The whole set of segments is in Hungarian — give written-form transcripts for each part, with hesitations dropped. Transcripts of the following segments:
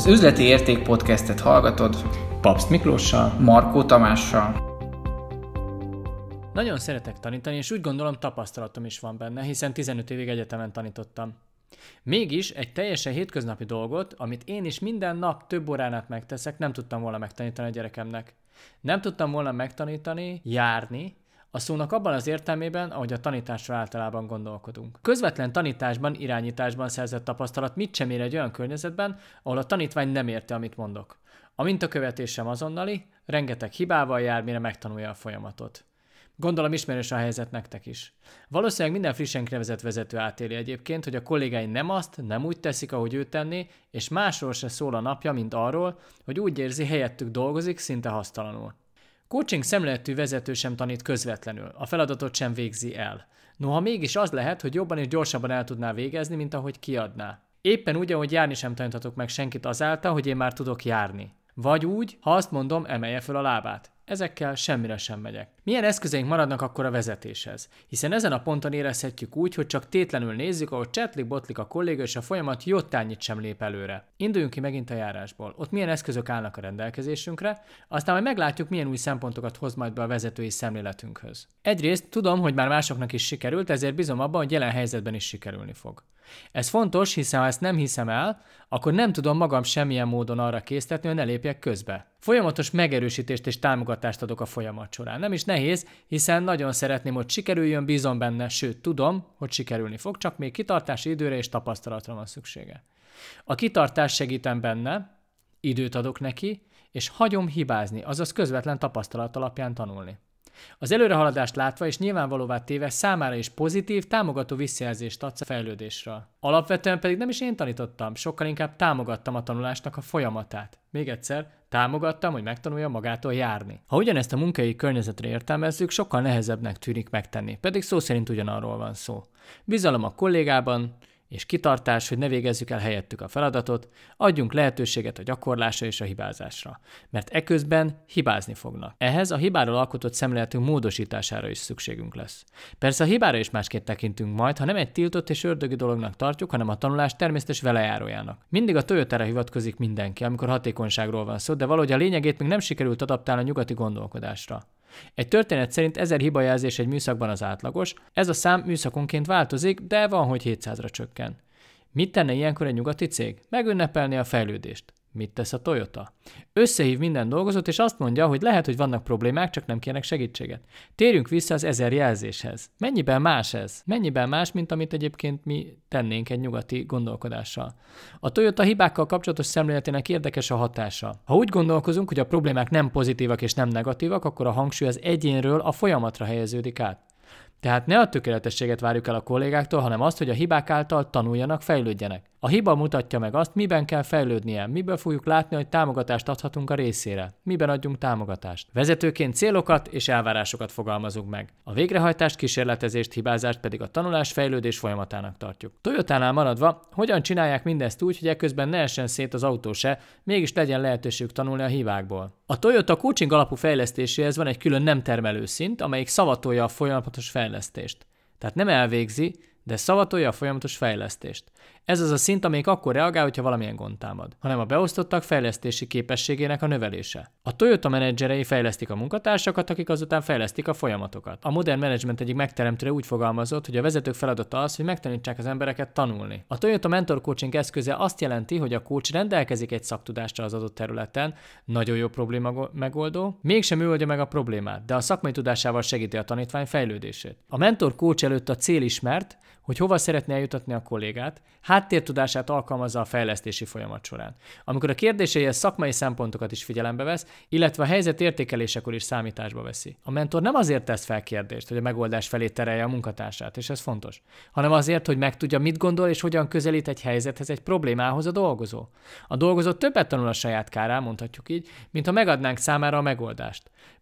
Az Üzleti Érték podcastet hallgatod Pabst Miklóssal, Markó Tamással. Nagyon szeretek tanítani, és úgy gondolom tapasztalatom is van benne, hiszen 15 évig egyetemen tanítottam. Mégis egy teljesen hétköznapi dolgot, amit én is minden nap több órán át megteszek, nem tudtam volna megtanítani a gyerekemnek. Nem tudtam volna megtanítani, járni, a szónak abban az értelmében, ahogy a tanításról általában gondolkodunk. Közvetlen tanításban, irányításban szerzett tapasztalat mit sem ér egy olyan környezetben, ahol a tanítvány nem érti, amit mondok. A mintakövetésem azonnali, rengeteg hibával jár, mire megtanulja a folyamatot. Gondolom ismerős a helyzet nektek is. Valószínűleg minden frissen kinevezett vezető átéli egyébként, hogy a kollégái nem úgy teszik, ahogy ő tenné, és másról se szól a napja, mint arról, hogy úgy érzi, helyettük dolgozik, szinte hasztalanul. Coaching szemléletű vezető sem tanít közvetlenül, a feladatot sem végzi el. Noha mégis az lehet, hogy jobban és gyorsabban el tudná végezni, mint ahogy kiadná. Éppen úgy, ahogy járni sem taníthatok meg senkit azáltal, hogy én már tudok járni. Vagy úgy, ha azt mondom, emelje fel a lábát. Ezekkel semmire sem megyek. Milyen eszközeink maradnak akkor a vezetéshez? Hiszen ezen a ponton érezhetjük úgy, hogy csak tétlenül nézzük, ahogy csetlik-botlik a kolléga, és a folyamat jottányit sem lép előre. Induljunk ki megint a járásból. Ott milyen eszközök állnak a rendelkezésünkre, aztán majd meglátjuk, milyen új szempontokat hoz majd be a vezetői szemléletünkhöz. Egyrészt tudom, hogy már másoknak is sikerült, ezért bízom abban, hogy jelen helyzetben is sikerülni fog. Ez fontos, hiszen ha ezt nem hiszem el, akkor nem tudom magam semmilyen módon arra késztetni, hogy ne lépjek közbe. Folyamatos megerősítést és támogatást adok a folyamat során. Nem is nehéz, hiszen nagyon szeretném, hogy sikerüljön, bízom benne, sőt tudom, hogy sikerülni fog, csak még kitartási időre és tapasztalatra van szüksége. A kitartás segítem benne, időt adok neki, és hagyom hibázni, azaz közvetlen tapasztalat alapján tanulni. Az előrehaladást látva és nyilvánvalóvá téve számára is pozitív, támogató visszajelzést adsz a fejlődésről. Alapvetően pedig nem is én tanítottam, sokkal inkább támogattam a tanulásnak a folyamatát. Még egyszer, támogattam, hogy megtanulja magától járni. Ha ugyanezt a munkai környezetre értelmezzük, sokkal nehezebbnek tűnik megtenni, pedig szó szerint ugyanarról van szó. Bizalom a kollégában, és kitartás, hogy ne végezzük el helyettük a feladatot, adjunk lehetőséget a gyakorlásra és a hibázásra, mert eközben hibázni fognak. Ehhez a hibáról alkotott szemléletünk módosítására is szükségünk lesz. Persze a hibára is másképp tekintünk majd, ha nem egy tiltott és ördögi dolognak tartjuk, hanem a tanulás természetes velejárójának. Mindig a Toyotára hivatkozik mindenki, amikor hatékonyságról van szó, de valahogy a lényegét még nem sikerült adaptálni a nyugati gondolkodásra. Egy történet szerint 1000 hibajelzés egy műszakban az átlagos, ez a szám műszakonként változik, de van, hogy 700-ra csökken. Mit tenne ilyenkor egy nyugati cég? Megünnepelni a fejlődést. Mit tesz a Toyota? Összehív minden dolgozót, és azt mondja, hogy lehet, hogy vannak problémák, csak nem kérnek segítséget. Térjünk vissza az 1000 jelzéshez. Mennyiben más ez? Mennyiben más, mint amit egyébként mi tennénk egy nyugati gondolkodással? A Toyota hibákkal kapcsolatos szemléletének érdekes a hatása. Ha úgy gondolkozunk, hogy a problémák nem pozitívak és nem negatívak, akkor a hangsúly az egyénről a folyamatra helyeződik át. Tehát ne a tökéletességet várjuk el a kollégáktól, hanem azt, hogy a hibák által tanuljanak, fejlődjenek. A hiba mutatja meg azt, miben kell fejlődnie, miből fogjuk látni, hogy támogatást adhatunk a részére, miben adjunk támogatást. Vezetőként célokat és elvárásokat fogalmazunk meg. A végrehajtást, kísérletezést, hibázást pedig a tanulás-fejlődés folyamatának tartjuk. Toyotánál maradva, hogyan csinálják mindezt úgy, hogy eközben ne essen szét az autó se, mégis legyen lehetőségük tanulni a hibákból. A Toyota coaching alapú fejlesztéséhez van egy külön nem termelő szint, amelyik szavatolja a folyamatos fejlesztést. Tehát nem elvégzi, de szavatolja a folyamatos fejlesztést. Ez az a szint, amelyik akkor reagál, hogyha valamilyen gond támad, hanem a beosztottak fejlesztési képességének a növelése. A Toyota menedzserei fejlesztik a munkatársakat, akik azután fejlesztik a folyamatokat. A modern menedzsment egyik megteremtője úgy fogalmazott, hogy a vezetők feladata az, hogy megtanítsák az embereket tanulni. A Toyota Mentor Coaching eszköze azt jelenti, hogy a coach rendelkezik egy szaktudással az adott területen, nagyon jó probléma megoldó, mégsem ő oldja meg a problémát, de a szakmai tudásával segíti a tanítvány fejlődését. A mentor coach előtt a cél ismert, hogy hova szeretné eljutatni a kollégát, háttértudását alkalmazza a fejlesztési folyamat során. Amikor a kérdéseihez szakmai szempontokat is figyelembe vesz, illetve a helyzet értékelésekor is számításba veszi. A mentor nem azért tesz fel kérdést, hogy a megoldás felé terelje a munkatársát, és ez fontos, hanem azért, hogy megtudja, mit gondol és hogyan közelít egy helyzethez, egy problémához a dolgozó. A dolgozó többet tanul a saját kárán, mondhatjuk így, mint ha megadnánk számára a megoldást.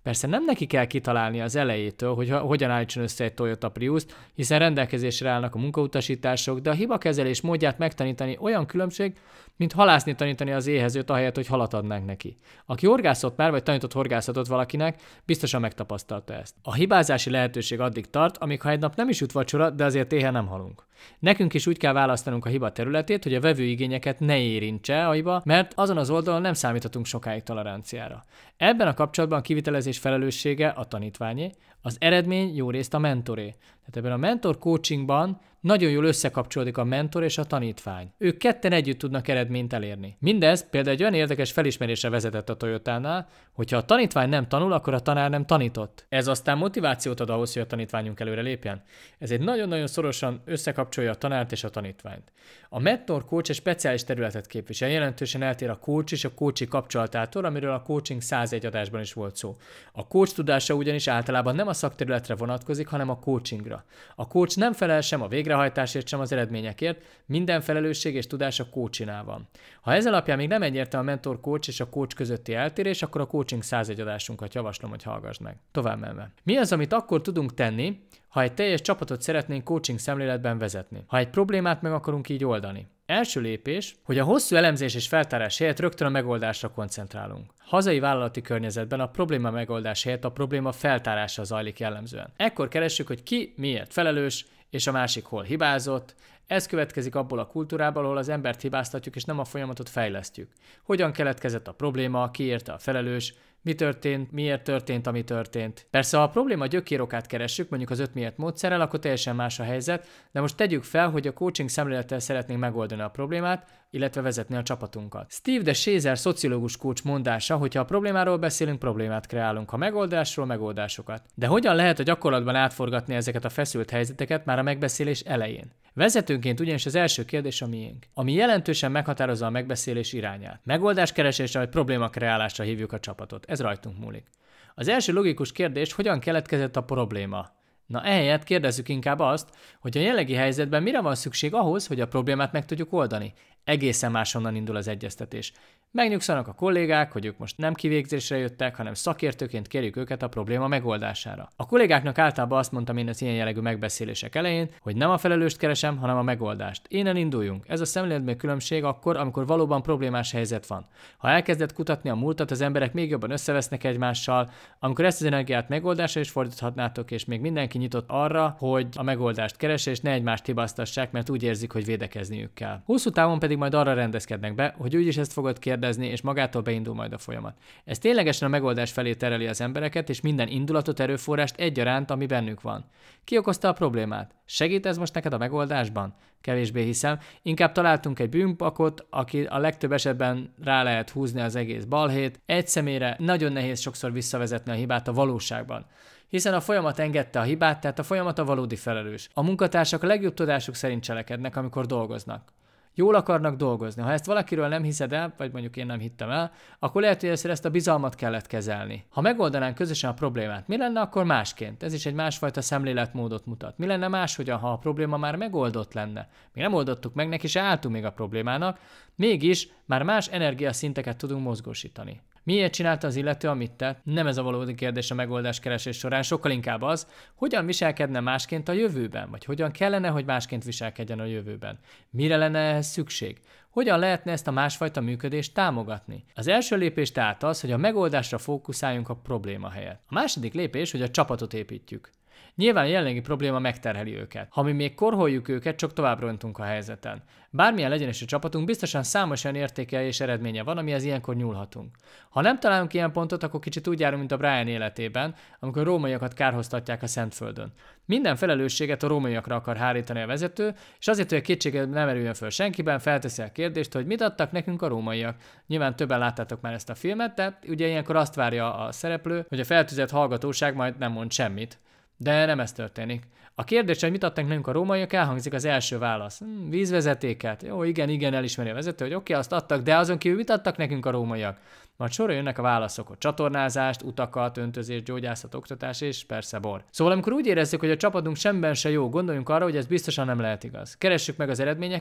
Persze nem neki kell kitalálni az elejétől, hogy hogyan állítson össze egy Toyota Priust, hiszen rendelkezésre állnak a munkautasítások, de a hibakezelés módját megtanítani olyan különbség, mint halászni tanítani az éhezőt ahelyett, hogy halat adnánk neki. Aki horgászott már, vagy tanított horgászatot valakinek, biztosan megtapasztalta ezt. A hibázási lehetőség addig tart, amíg ha egy nap nem is jut vacsora, de azért éhen nem halunk. Nekünk is úgy kell választanunk a hiba területét, hogy a vevő igényeket ne érintse a hiba, mert azon az oldalon nem számíthatunk sokáig toleranciára. Ebben a kapcsolatban a kivitelezés felelőssége a tanítványé, az eredmény jó részt a mentoré. Tehát ebben a mentor coachingban nagyon jól összekapcsolódik a mentor és a tanítvány. Ők ketten együtt tudnak eredményt elérni. Mindez például egy olyan érdekes felismerésre vezetett a Toyotánál, hogyha a tanítvány nem tanul, akkor a tanár nem tanított. Ez aztán motivációt ad ahhoz, hogy a tanítványunk előre lépjen. Ez egy nagyon-nagyon szorosan összekapcsolja a tanárt és a tanítványt. A mentor coach egy speciális területet képvisel, jelentősen eltér a coach és a coachi kapcsolatától, amiről a Coaching 101 adásban is volt szó. A coach tudása ugyanis általában nem a szakterületre vonatkozik, hanem a coachingra. A coach nem felel sem a végrehajtásért, sem az eredményekért, minden felelősség és tudás a coachinál van. Ha ez alapján még nem egyértelmű a mentor coach és a coach közötti eltérés, akkor a Coaching 101 adásunkat javaslom, hogy hallgassd meg. Tovább menve. Mi az, amit akkor tudunk tenni, ha egy teljes csapatot szeretnénk coaching szemléletben vezetni? Ha egy problémát meg akarunk így oldani? Első lépés, hogy a hosszú elemzés és feltárás helyett rögtön a megoldásra koncentrálunk. Hazai vállalati környezetben a probléma megoldás helyett a probléma feltárása zajlik jellemzően. Ekkor keressük, hogy ki miért felelős, és a másik hol hibázott. Ez következik abból a kultúrából, ahol az embert hibáztatjuk, és nem a folyamatot fejlesztjük. Hogyan keletkezett a probléma, ki érte a felelős, mi történt, miért történt, ami történt. Persze, ha a probléma gyökérokát keressük, mondjuk az 5 miért módszerrel, akkor teljesen más a helyzet, de most tegyük fel, hogy a coaching szemlélettel szeretnénk megoldani a problémát, illetve vezetni a csapatunkat. Steve de Shazer szociológus coach mondása, hogy ha a problémáról beszélünk, problémát kreálunk, ha megoldásról megoldásokat. De hogyan lehet a gyakorlatban átforgatni ezeket a feszült helyzeteket már a megbeszélés elején? Vezetőnként ugyanis az első kérdés a miénk, ami jelentősen meghatározza a megbeszélés irányát. Megoldáskeresésre vagy problémakreálásra hívjuk a csapatot. Ez rajtunk múlik. Az első logikus kérdés, hogyan keletkezett a probléma? Na ehelyett kérdezzük inkább azt, hogy a jelenlegi helyzetben mire van szükség ahhoz, hogy a problémát meg tudjuk oldani. Egészen máshonnan indul az egyeztetés. Megnyugszanak a kollégák, hogy ők most nem kivégzésre jöttek, hanem szakértőként kérjük őket a probléma megoldására. A kollégáknak általában azt mondtam én az ilyen jellegű megbeszélések elején, hogy nem a felelőst keresem, hanem a megoldást. Innen induljunk. Ez a szemléletben különbség akkor, amikor valóban problémás helyzet van. Ha elkezdett kutatni a múltat, az emberek még jobban összevesznek egymással, amikor ezt az energiát megoldásra is fordíthatnátok, és még mindenki nyitott arra, hogy a megoldást keresse, és ne egymást hibáztassák, mert úgy érzik, hogy védekezniük kell. Hosszú távon pedig majd arra rendezkednek be, hogy úgyis ezt fogod kérdezni, és magától beindul majd a folyamat. Ez ténylegesen a megoldás felé tereli az embereket, és minden indulatot, erőforrást egyaránt, ami bennük van. Ki okozta a problémát? Segít ez most neked a megoldásban? Kevésbé hiszem. Inkább találtunk egy bűnbakot, aki a legtöbb esetben rá lehet húzni az egész balhét. Egy személyre nagyon nehéz sokszor visszavezetni a hibát a valóságban. Hiszen a folyamat engedte a hibát, tehát a folyamat a valódi felelős. A munkatársak a legjobb tudásuk szerint cselekednek, amikor dolgoznak. Jól akarnak dolgozni. Ha ezt valakiről nem hiszed el, vagy mondjuk én nem hittem el, akkor lehet, hogy ezt a bizalmat kellett kezelni. Ha megoldanánk közösen a problémát, mi lenne akkor másként? Ez is egy másfajta szemléletmódot mutat. Mi lenne máshogyan, ha a probléma már megoldott lenne? Mi nem oldottuk meg, neki se álltunk még a problémának, mégis már más energiaszinteket tudunk mozgósítani. Miért csinálta az illető, amit tett? Nem ez a valódi kérdés a megoldás keresés során, sokkal inkább az, hogyan viselkedne másként a jövőben, vagy hogyan kellene, hogy másként viselkedjen a jövőben. Mire lenne ehhez szükség? Hogyan lehetne ezt a másfajta működést támogatni? Az első lépés tehát az, hogy a megoldásra fókuszáljunk a probléma helyett. A második lépés, hogy a csapatot építjük. Nyilván a jelenlegi probléma megterheli őket. Ha mi még korholjuk őket, csak tovább rontunk a helyzeten. Bármilyen legyen is a csapatunk, biztosan számos olyan értéke és eredménye van, amihez ilyenkor nyúlhatunk. Ha nem találunk ilyen pontot, akkor kicsit úgy járunk, mint a Brian életében, amikor a rómaiakat kárhoztatják a Szentföldön. Minden felelősséget a rómaiakra akar hárítani a vezető, és azért, hogy a kétsége nem erüljön föl senkiben, felteszi a kérdést, hogy mit adtak nekünk a rómaiak. Nyilván többen láttátok már ezt a filmet, de ugye ilyenkor azt várja a szereplő, hogy a feltűzött hallgatóság majd nem mond semmit. De nem ez történik. A kérdés, hogy mit adtak nekünk a rómaiak, elhangzik az első válasz. Vízvezetéket. Jó, igen, elismeri a vezető, hogy oké, azt adtak, de azon kívül mit adtak nekünk a rómaiak? Majd sorra jönnek a válaszok, hogy csatornázást, utakat, öntözést, gyógyászat, oktatás és persze bor. Szóval amikor úgy érezzük, hogy a csapatunk semben se jó, gondoljunk arra, hogy ez biztosan nem lehet igaz. Keressük meg az eredményeket,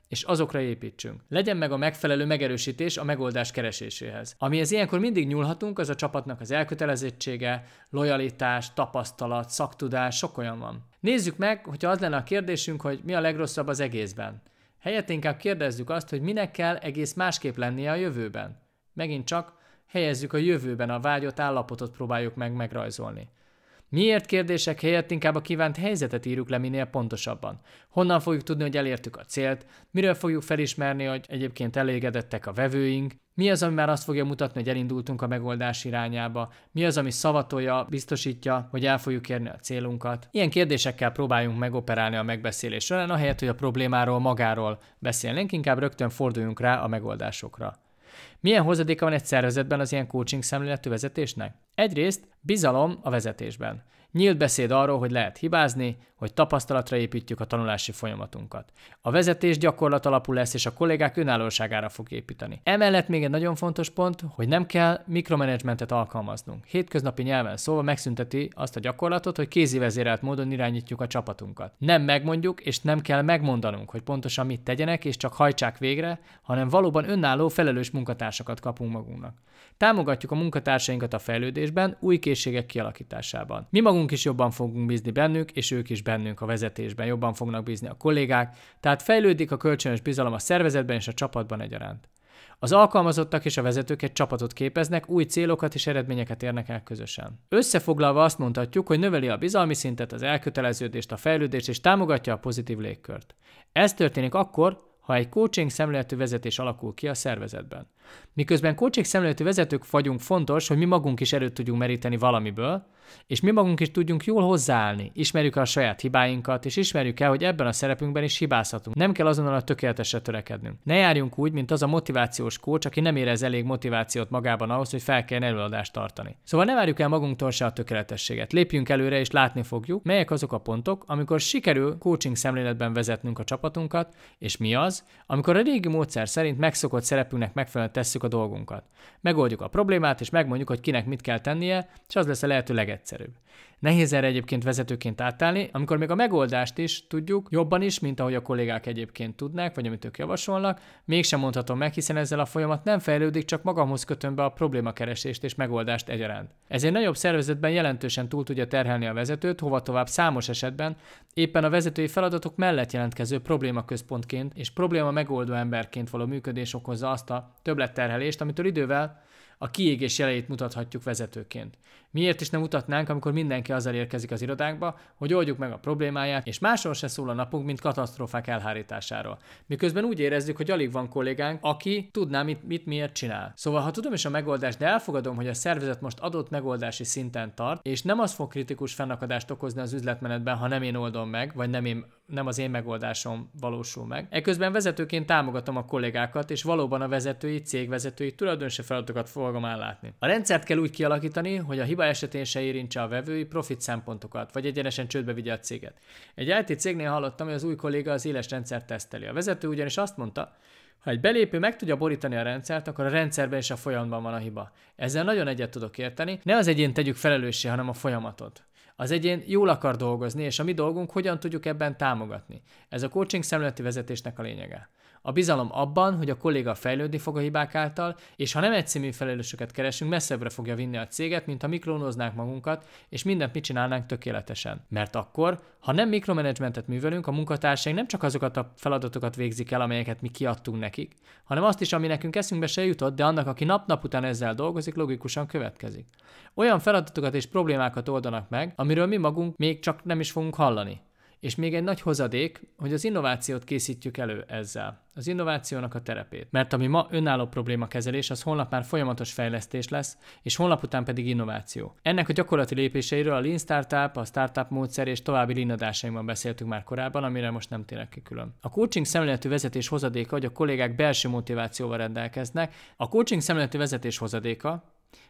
és azokra építsünk. Legyen meg a megfelelő megerősítés a megoldás kereséséhez. Amihez ilyenkor mindig nyúlhatunk, az a csapatnak az elkötelezettsége, lojalitás, tapasztalat, szaktudás, sok olyan van. Nézzük meg, hogyha az lenne a kérdésünk, hogy mi a legrosszabb az egészben. Helyett inkább kérdezzük azt, hogy minek kell egész másképp lennie a jövőben. Megint csak helyezzük a jövőben a vágyott állapotot próbáljuk meg megrajzolni. Miért kérdések helyett inkább a kívánt helyzetet írjuk le minél pontosabban? Honnan fogjuk tudni, hogy elértük a célt? Miről fogjuk felismerni, hogy egyébként elégedettek a vevőink? Mi az, ami már azt fogja mutatni, hogy elindultunk a megoldás irányába? Mi az, ami szavatolja, biztosítja, hogy el fogjuk érni a célunkat? Ilyen kérdésekkel próbáljunk megoperálni a megbeszélés során, ahelyett, hogy a problémáról magáról beszélnénk, inkább rögtön forduljunk rá a megoldásokra. Milyen hozadéka van egy szervezetben az ilyen coaching szemléletű vezetésnek? Egyrészt bizalom a vezetésben. Nyílt beszéd arról, hogy lehet hibázni, hogy tapasztalatra építjük a tanulási folyamatunkat. A vezetés gyakorlat alapú lesz, és a kollégák önállóságára fog építeni. Emellett még egy nagyon fontos pont, hogy nem kell mikromanagementet alkalmaznunk. Hétköznapi nyelven szólva megszünteti azt a gyakorlatot, hogy kézi vezérelt módon irányítjuk a csapatunkat. Nem megmondjuk, és nem kell megmondanunk, hogy pontosan mit tegyenek, és csak hajtsák végre, hanem valóban önálló, felelős munkatársakat kapunk magunknak. Támogatjuk a munkatársainkat a fejlődésben, új készségek kialakításában. Mi magunk is jobban fogunk bízni bennük, és ők is bennünk a vezetésben, jobban fognak bízni a kollégák, tehát fejlődik a kölcsönös bizalom a szervezetben és a csapatban egyaránt. Az alkalmazottak és a vezetők egy csapatot képeznek, új célokat és eredményeket érnek el közösen. Összefoglalva azt mondhatjuk, hogy növeli a bizalmi szintet, az elköteleződést, a fejlődést és támogatja a pozitív légkört. Ez történik akkor, ha egy coaching szemléletű vezetés alakul ki a szervezetben. Miközben coaching szemléletű vezetők vagyunk, fontos, hogy mi magunk is erőt tudjunk meríteni valamiből, és mi magunk is tudjunk jól hozzáállni, ismerjük el a saját hibáinkat, és ismerjük el, hogy ebben a szerepünkben is hibázhatunk. Nem kell azonnal a tökéletesre törekednünk. Ne járjunk úgy, mint az a motivációs coach, aki nem érez elég motivációt magában ahhoz, hogy fel kell előadást tartani. Szóval ne várjuk el magunktól se a tökéletességet. Lépjünk előre, és látni fogjuk, melyek azok a pontok, amikor sikerül coaching szemléletben vezetnünk a csapatunkat, és mi az, amikor a régi módszer szerint megszokott szerepünknek megfelelően tesszük a dolgunkat. Megoldjuk a problémát, és megmondjuk, hogy kinek mit kell tennie, és az lesz a lehető legegyszerűbb. Nehéz erre egyébként vezetőként átállni, amikor még a megoldást is tudjuk, jobban is, mint ahogy a kollégák egyébként tudnák, vagy amit ők javasolnak, mégsem mondhatom meg, hiszen ezzel a folyamat nem fejlődik, csak magamhoz kötöm be a problémakeresést és megoldást egyaránt. Ezért nagyobb szervezetben jelentősen túl tudja terhelni a vezetőt, hova tovább számos esetben éppen a vezetői feladatok mellett jelentkező problémaközpontként és probléma megoldó emberként való működés okozza azt a többletterhelést, amitől idővel a kiégés jeleit mutathatjuk vezetőként. Miért is nem mutatnánk, amikor mindenki azzal érkezik az irodánkba, hogy oldjuk meg a problémáját, és másról se szól a napunk, mint katasztrófák elhárításáról. Miközben úgy érezzük, hogy alig van kollégánk, aki tudná, mit miért csinál. Szóval, ha tudom is a megoldást, de elfogadom, hogy a szervezet most adott megoldási szinten tart, és nem az fog kritikus fennakadást okozni az üzletmenetben, ha nem én oldom meg, vagy nem az én megoldásom valósul meg. Eközben vezetőként támogatom a kollégákat, és valóban a vezetői, cégvezetői tulajdonosi feladatokat fogom ellátni. A rendszert kell úgy kialakítani, hogy a hiba esetén se érintse a vevői profit szempontokat, vagy egyenesen csődbe vigye a céget. Egy IT cégnél hallottam, hogy az új kolléga az éles rendszert teszteli. A vezető ugyanis azt mondta, ha egy belépő meg tudja borítani a rendszert, akkor a rendszerben és a folyamatban van a hiba. Ezzel nagyon egyet tudok érteni. Ne az egyén tegyük felelőssé, hanem a folyamatot. Az egyén jól akar dolgozni, és a mi dolgunk hogyan tudjuk ebben támogatni. Ez a coaching szemléleti vezetésnek a lényege. A bizalom abban, hogy a kolléga fejlődni fog a hibák által, és ha nem egyszínű felelősöket keresünk, messzebbre fogja vinni a céget, mint ha miklónoznánk magunkat, és mindent mit csinálnánk tökéletesen. Mert akkor, ha nem mikromanagementet művelünk, a munkatársaink nem csak azokat a feladatokat végzik el, amelyeket mi kiadtunk nekik, hanem azt is, ami nekünk eszünkbe se jutott, de annak, aki nap-nap után ezzel dolgozik, logikusan következik. Olyan feladatokat és problémákat oldanak meg, amiről mi magunk még csak nem is fogunk hallani. És még egy nagy hozadék, hogy az innovációt készítjük elő ezzel. Az innovációnak a terepét. Mert ami ma önálló problémakezelés, az holnap már folyamatos fejlesztés lesz, és holnap után pedig innováció. Ennek a gyakorlati lépéseiről a Lean Startup, a Startup módszer és további Lean adásaimban beszéltünk már korábban, amire most nem térek ki külön. A coaching szemléletű vezetés hozadéka, hogy a kollégák belső motivációval rendelkeznek. A coaching szemléletű vezetés hozadéka,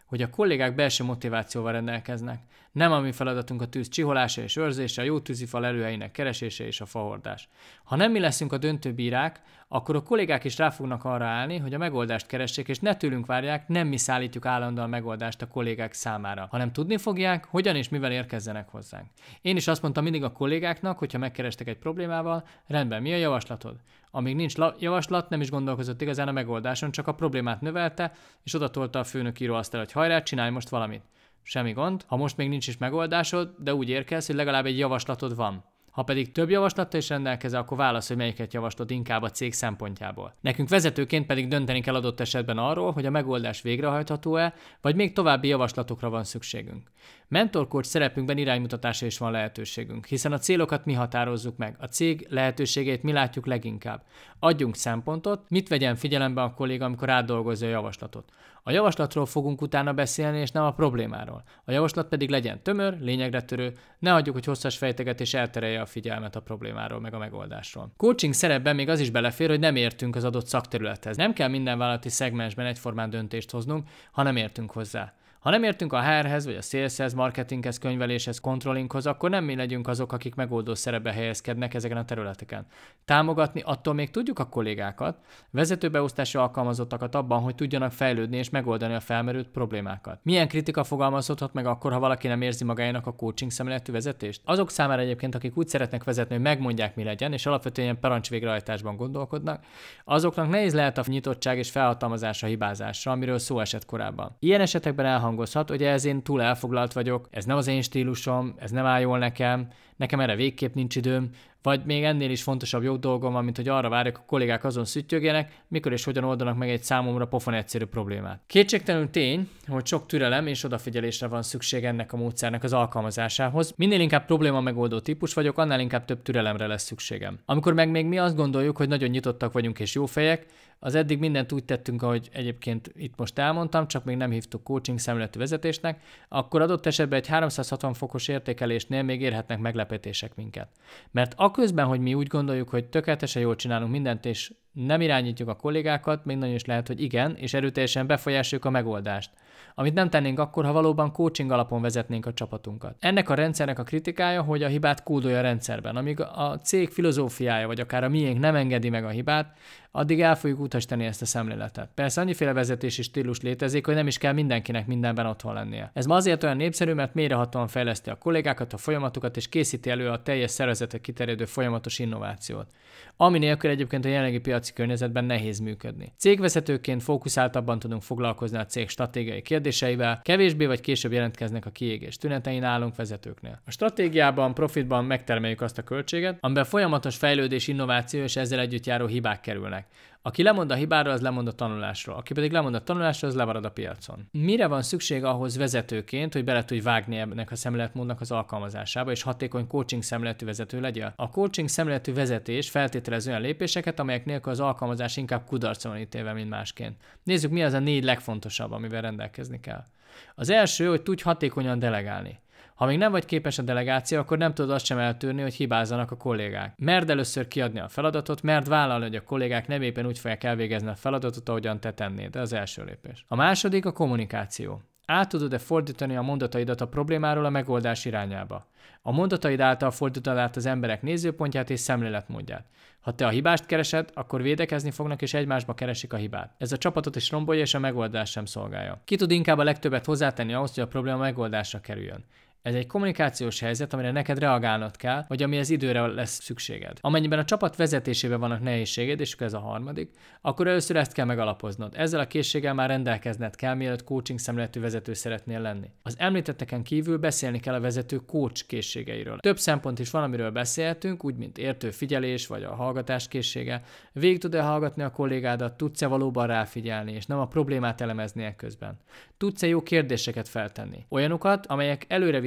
hogy a kollégák belső motivációval rendelkeznek. Nem a mi feladatunk a tűz csiholása és őrzése, a jó tűzifal előhelyének keresése és a fahordás. Ha nem mi leszünk a döntő bírák, akkor a kollégák is rá fognak arra állni, hogy a megoldást keressék, és ne tőlünk várják, nem mi szállítjuk állandóan megoldást a kollégák számára, hanem tudni fogják, hogyan és mivel érkezzenek hozzánk. Én is azt mondtam mindig a kollégáknak, hogyha megkerestek egy problémával, rendben, mi a javaslatod? Amíg nincs javaslat, nem is gondolkozott igazán a megoldáson, csak a problémát növelte, és odatolta a főnök íróasztal, hogy hajrá, csinálj most valamit. Semmi gond, ha most még nincs is megoldásod, de úgy érkezz, hogy legalább egy javaslatod van. Ha pedig több javaslattal is rendelkezel, akkor válasz, hogy melyiket javaslod inkább a cég szempontjából. Nekünk vezetőként pedig dönteni kell adott esetben arról, hogy a megoldás végrehajtható-e, vagy még további javaslatokra van szükségünk. Mentor-coach szerepünkben iránymutatásra is van lehetőségünk, hiszen a célokat mi határozzuk meg, a cég lehetőségeit mi látjuk leginkább. Adjunk szempontot, mit vegyen figyelembe a kolléga, amikor átdolgozza a javaslatot. A javaslatról fogunk utána beszélni, és nem a problémáról. A javaslat pedig legyen tömör, lényegre törő, ne hagyjuk, hogy hosszas fejtegetés elterelje a figyelmet a problémáról, meg a megoldásról. Coaching szerepben még az is belefér, hogy nem értünk az adott szakterülethez. Nem kell minden vállalati szegmensben egyformán döntést hoznunk, ha nem értünk hozzá. Ha nem értünk a HR-hez, vagy a saleshez, marketinghez, könyveléshez, controllinghoz, akkor nem mi legyünk azok, akik megoldó szerepbe helyezkednek ezeken a területeken. Támogatni attól még tudjuk a kollégákat, vezetőbeosztási alkalmazottakat abban, hogy tudjanak fejlődni és megoldani a felmerült problémákat. Milyen kritika fogalmazódhat meg akkor, ha valaki nem érzi magának a coaching szemléletű vezetést? Azok számára egyébként, akik úgy szeretnek vezetni, hogy megmondják, mi legyen, és alapvetően ilyen parancsvégrehajtásban gondolkodnak, azoknak nehéz lehet a nyitottság és felhatalmazása hibázásra, amiről szó esett korábban. Ilyen esetekben elhangozhat, hogy ez én túl elfoglalt vagyok, ez nem az én stílusom, ez nem áll jól nekem erre végképp nincs időm, vagy még ennél is fontosabb jó dolgom van, mint hogy arra várjak, a kollégák azon szüttyögjenek, mikor és hogyan oldanak meg egy számomra pofon egyszerű problémát. Kétségtelenül tény, hogy sok türelem és odafigyelésre van szükség ennek a módszernek az alkalmazásához. Minél inkább probléma megoldó típus vagyok, annál inkább több türelemre lesz szükségem. Amikor meg még mi azt gondoljuk, hogy nagyon nyitottak vagyunk és jó fejek, az eddig mindent úgy tettünk, ahogy egyébként itt most elmondtam, csak még nem hívtuk coaching szemléletű vezetésnek, akkor adott esetben egy 360 fokos értékelésnél még érhetnek meglepetések minket. Mert aközben, hogy mi úgy gondoljuk, hogy tökéletesen jól csinálunk mindent, és nem irányítjuk a kollégákat, még nagyon is lehet, hogy igen, és erőteljesen befolyásoljuk a megoldást. Amit nem tennénk akkor, ha valóban coaching alapon vezetnénk a csapatunkat. Ennek a rendszernek a kritikája, hogy a hibát kódolja a rendszerben. Amíg a cég filozófiája, vagy akár a miénk nem engedi meg a hibát, addig el fogjuk utasítani ezt a szemléletet. Persze annyiféle vezetési stílus létezik, hogy nem is kell mindenkinek mindenben otthon lennie. Ez ma azért olyan népszerű, mert mélyrehatóan fejleszti a kollégákat, a folyamatokat, és készíti elő a teljes szervezetre kiterjedő folyamatos innovációt. Ami nélkül egyébként a jelenlegi piaci környezetben nehéz működni. Cégvezetőként fókuszáltabban tudunk foglalkozni a cég stratégiai kérdéseivel, kevésbé vagy később jelentkeznek a kiégés tünetei nálunk vezetőknél. A stratégiában, profitban megtermeljük azt a költséget, amiben folyamatos fejlődés, innováció és ezzel együtt járó hibák kerülnek. Aki lemond a hibáról, az lemond a tanulásról. Aki pedig lemond a tanulásról, az lemarad a piacon. Mire van szükség ahhoz vezetőként, hogy bele tudj vágni ennek a szemléletmódnak az alkalmazásába, és hatékony coaching szemléletű vezető legyen? A coaching szemléletű vezetés feltételez olyan lépéseket, amelyek nélkül az alkalmazás inkább kudarcra van ítélve, mint másként. Nézzük, mi az a 4 legfontosabb, amivel rendelkezni kell. Az első, hogy tudj hatékonyan delegálni. Ha még nem vagy képes a delegáció, akkor nem tudod azt sem eltűrni, hogy hibázzanak a kollégák. Merd először kiadni a feladatot, merd vállalni, hogy a kollégák nem éppen úgy fogják elvégezni a feladatot, ahogyan te tennéd. Ez az első lépés. A második a kommunikáció. Át tudod-e fordítani a mondataidat a problémáról a megoldás irányába? A mondataid által fordítod át az emberek nézőpontját és szemléletmódját. Ha te a hibást keresed, akkor védekezni fognak és egymásba keresik a hibát. Ez a csapatot is rombolja és a megoldást sem szolgálja. Ki tud inkább a legtöbbet hozzátenni ahhoz, hogy a probléma megoldásra kerüljön? Ez egy kommunikációs helyzet, amire neked reagálnod kell, vagy amihez időre lesz szükséged. Amennyiben a csapat vezetésében vannak nehézséged, és ez a harmadik, akkor először ezt kell megalapoznod. Ezzel a készséggel már rendelkezned kell, mielőtt coaching szemléletű vezető szeretnél lenni. Az említetteken kívül beszélni kell a vezető coach készségeiről. Több szempont is van, amiről beszélhetünk, úgy mint értő figyelés, vagy a hallgatás készsége. Végig tud-e hallgatni a kollégádat, tudsz-e valóban ráfigyelni, és nem a problémát elemezni ekközben. Tudsz-e jó kérdéseket feltenni? Olyanokat, amelyek előre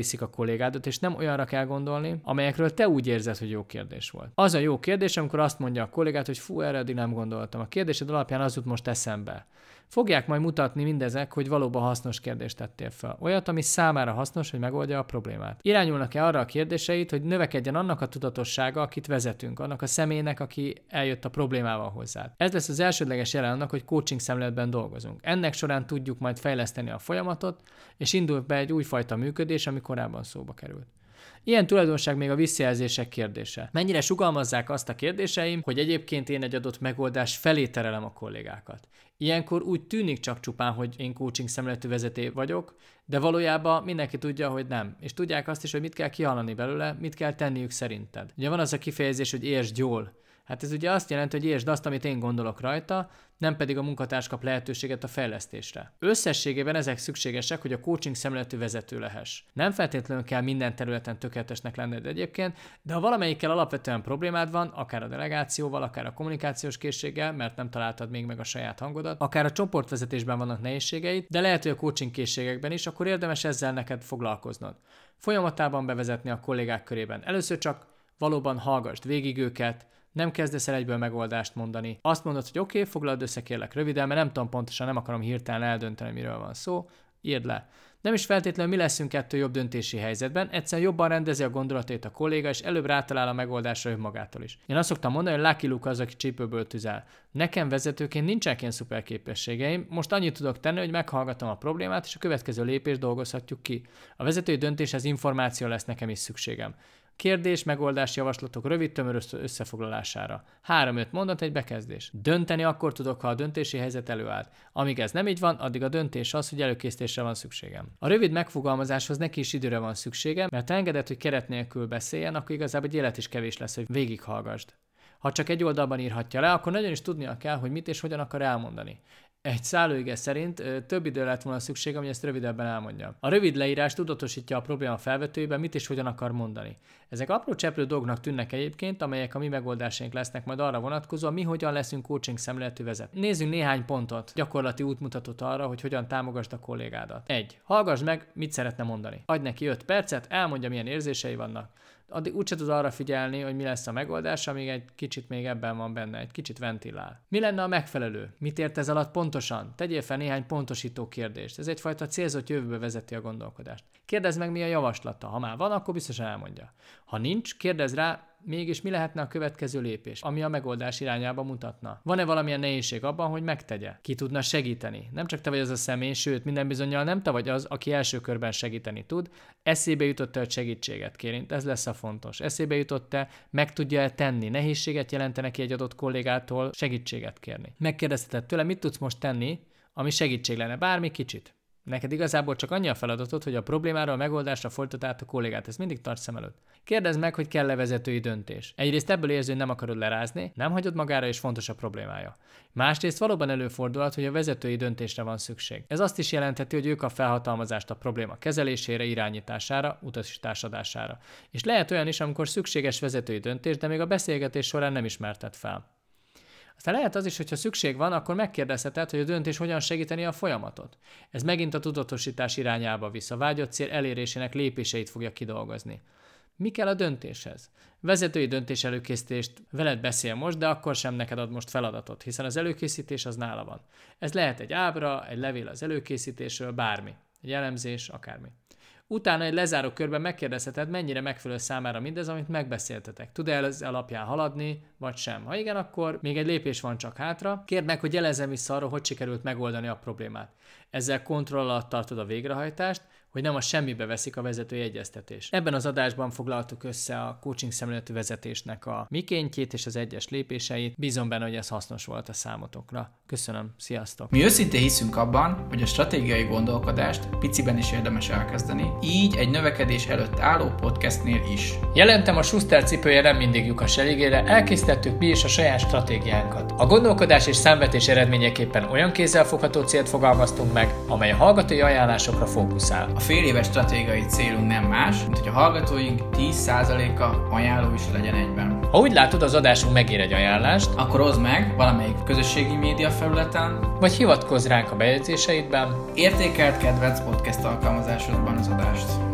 viszik a kollégádat, és nem olyanra kell gondolni, amelyekről te úgy érzed, hogy jó kérdés volt. Az a jó kérdés, amikor azt mondja a kollégát, hogy fú, erre eddig nem gondoltam. A kérdésed alapján az jut most eszembe. Fogják majd mutatni mindezek, hogy valóban hasznos kérdést tettél fel. Olyat, ami számára hasznos, hogy megoldja a problémát. Irányulnak-e arra a kérdéseit, hogy növekedjen annak a tudatossága, akit vezetünk, annak a személynek, aki eljött a problémával hozzád. Ez lesz az elsődleges jele annak, hogy coaching szemléletben dolgozunk. Ennek során tudjuk majd fejleszteni a folyamatot, és indul be egy újfajta működés, ami korábban szóba került. Ilyen tulajdonság még a visszajelzések kérdése. Mennyire sugalmazzák azt a kérdéseim, hogy egyébként én egy adott megoldás felé terelem a kollégákat. Ilyenkor úgy tűnik csak csupán, hogy én coaching szemléletű vezető vagyok, de valójában mindenki tudja, hogy nem. És tudják azt is, hogy mit kell kihallani belőle, mit kell tenniük szerinted. Ugye van az a kifejezés, hogy értsd jól. Hát ez ugye azt jelenti, hogy értsd azt, amit én gondolok rajta, nem pedig a munkatárs kap lehetőséget a fejlesztésre. Összességében ezek szükségesek, hogy a coaching szemléletű vezető lehess. Nem feltétlenül kell minden területen tökéletesnek lenned egyébként, de ha valamelyikkel alapvetően problémád van, akár a delegációval, akár a kommunikációs készséggel, mert nem találtad még meg a saját hangodat, akár a csoportvezetésben vannak nehézségeid, de lehet, hogy a coaching készségekben is, akkor érdemes ezzel neked foglalkoznod. Folyamatában bevezetni a kollégák körében. Először csak valóban hallgassd végig őket, nem kezdesz el egyből megoldást mondani. Azt mondod, hogy oké, foglald össze kérlek röviden, mert nem tudom pontosan, nem akarom hirtelen eldönteni, miről van szó. Írd le. Nem is feltétlenül mi leszünk ettől jobb döntési helyzetben, egyszerűen jobban rendezi a gondolatait a kolléga, és előbb rátalál a megoldásra önmagától is. Én azt szoktam mondani, hogy Lucky Luke az, aki csípőből tüzel. Nekem vezetőként nincsenek ilyen szuper képességeim, most annyit tudok tenni, hogy meghallgatom a problémát, és a következő lépést dolgozhatjuk ki. A vezetői döntéshez információ lesz nekem is szükségem. Kérdés, megoldás, javaslatok rövid, tömör összefoglalására. 3-5 mondat, egy bekezdés. Dönteni akkor tudok, ha a döntési helyzet előállt. Amíg ez nem így van, addig a döntés az, hogy előkészítésre van szükségem. A rövid megfogalmazáshoz neki is időre van szüksége, mert ha engeded, hogy keret nélkül beszéljen, akkor igazából egy élet is kevés lesz, hogy végighallgasd. Ha csak egy oldalban írhatja le, akkor nagyon is tudnia kell, hogy mit és hogyan akar elmondani. Egy szállóige szerint több idő lett volna szükségem, hogy ezt rövidebben elmondjam. A rövid leírás tudatosítja a probléma felvetőjében, mit és hogyan akar mondani. Ezek apró cseprő dolgnak tűnnek egyébként, amelyek a mi megoldásaink lesznek majd arra vonatkozóan, mi hogyan leszünk coaching szemléletű vezető. Nézzünk néhány pontot, gyakorlati útmutatót arra, hogy hogyan támogasd a kollégádat. 1. Hallgass meg, mit szeretne mondani. Adj neki 5 percet, elmondja, milyen érzései vannak. Addig úgyse tud arra figyelni, hogy mi lesz a megoldás, amíg egy kicsit még ebben van benne, egy kicsit ventilál. Mi lenne a megfelelő? Mit ért ez alatt pontosan? Tegyél fel néhány pontosító kérdést. Ez egyfajta célzott jövőbe vezeti a gondolkodást. Kérdezd meg, mi a javaslata. Ha már van, akkor biztosan elmondja. Ha nincs, kérdezz rá, mégis mi lehetne a következő lépés, ami a megoldás irányába mutatna? Van-e valamilyen nehézség abban, hogy megtegye? Ki tudna segíteni? Nem csak te vagy az a személy, sőt, minden bizonnyal nem te vagy az, aki első körben segíteni tud. Eszébe jutott-e, hogy segítséget kérint? Ez lesz a fontos. Eszébe jutott-e, meg tudja-e tenni? Nehézséget jelentene ki egy adott kollégától segítséget kérni? Megkérdezheted tőle, mit tudsz most tenni, ami segítség lenne? Bármi kicsit. Neked igazából csak annyi a feladatod, hogy a problémáról a megoldásra folytat át a kollégát, ezt mindig tarts szem előtt. Kérdezd meg, hogy kell-e vezetői döntés. Egyrészt ebből érző, hogy nem akarod lerázni, nem hagyod magára, és fontos a problémája. Másrészt valóban előfordulhat, hogy a vezetői döntésre van szükség. Ez azt is jelentheti, hogy ők a felhatalmazást a probléma kezelésére, irányítására, utasításadására. És lehet olyan is, amikor szükséges vezetői döntés, de még a beszélgetés során nem ismerted fel. Aztán lehet az is, hogyha szükség van, akkor megkérdezheted, hogy a döntés hogyan segíteni a folyamatot. Ez megint a tudatosítás irányába visz, a vágyott cél elérésének lépéseit fogja kidolgozni. Mi kell a döntéshez? Vezetői döntés előkészítést veled beszél most, de akkor sem neked ad most feladatot, hiszen az előkészítés az nála van. Ez lehet egy ábra, egy levél az előkészítésről, bármi. Egy elemzés, akármi. Utána egy lezáró körben megkérdezheted, mennyire megfelelő számára mindez, amit megbeszéltetek. Tud-e ez alapján haladni, vagy sem? Ha igen, akkor még egy lépés van csak hátra. Kérd meg, hogy jelezzen vissza arról, hogy sikerült megoldani a problémát. Ezzel kontroll alatt tartod a végrehajtást, hogy nem a semmibe veszik a vezetői egyeztetést. Ebben az adásban foglaltuk össze a coaching szemléletű vezetésnek a mikéntjét és az egyes lépéseit. Bízom benne, hogy ez hasznos volt a számotokra. Köszönöm, sziasztok! Mi őszintén hiszünk abban, hogy a stratégiai gondolkodást piciben is érdemes elkezdeni, így egy növekedés előtt álló podcastnél is. Jelentem, a Schuster cipője nem mindig lyukas elégére, elkészítettük mi is a saját stratégiánkat. A gondolkodás és számvetés eredményeképpen olyan kézzelfogható célt fogalmaztunk meg, amely a hallgatói ajánlásokra fókuszál. A féléves stratégiai célunk nem más, mint hogy a hallgatóink 10%-a ajánló is legyen egyben. Ha úgy látod, az adásunk megér egy ajánlást, akkor oszd meg valamelyik közösségi média felületen, vagy hivatkozz ránk a bejegyzéseidben, értékelt kedvenc podcast alkalmazásodban az adást.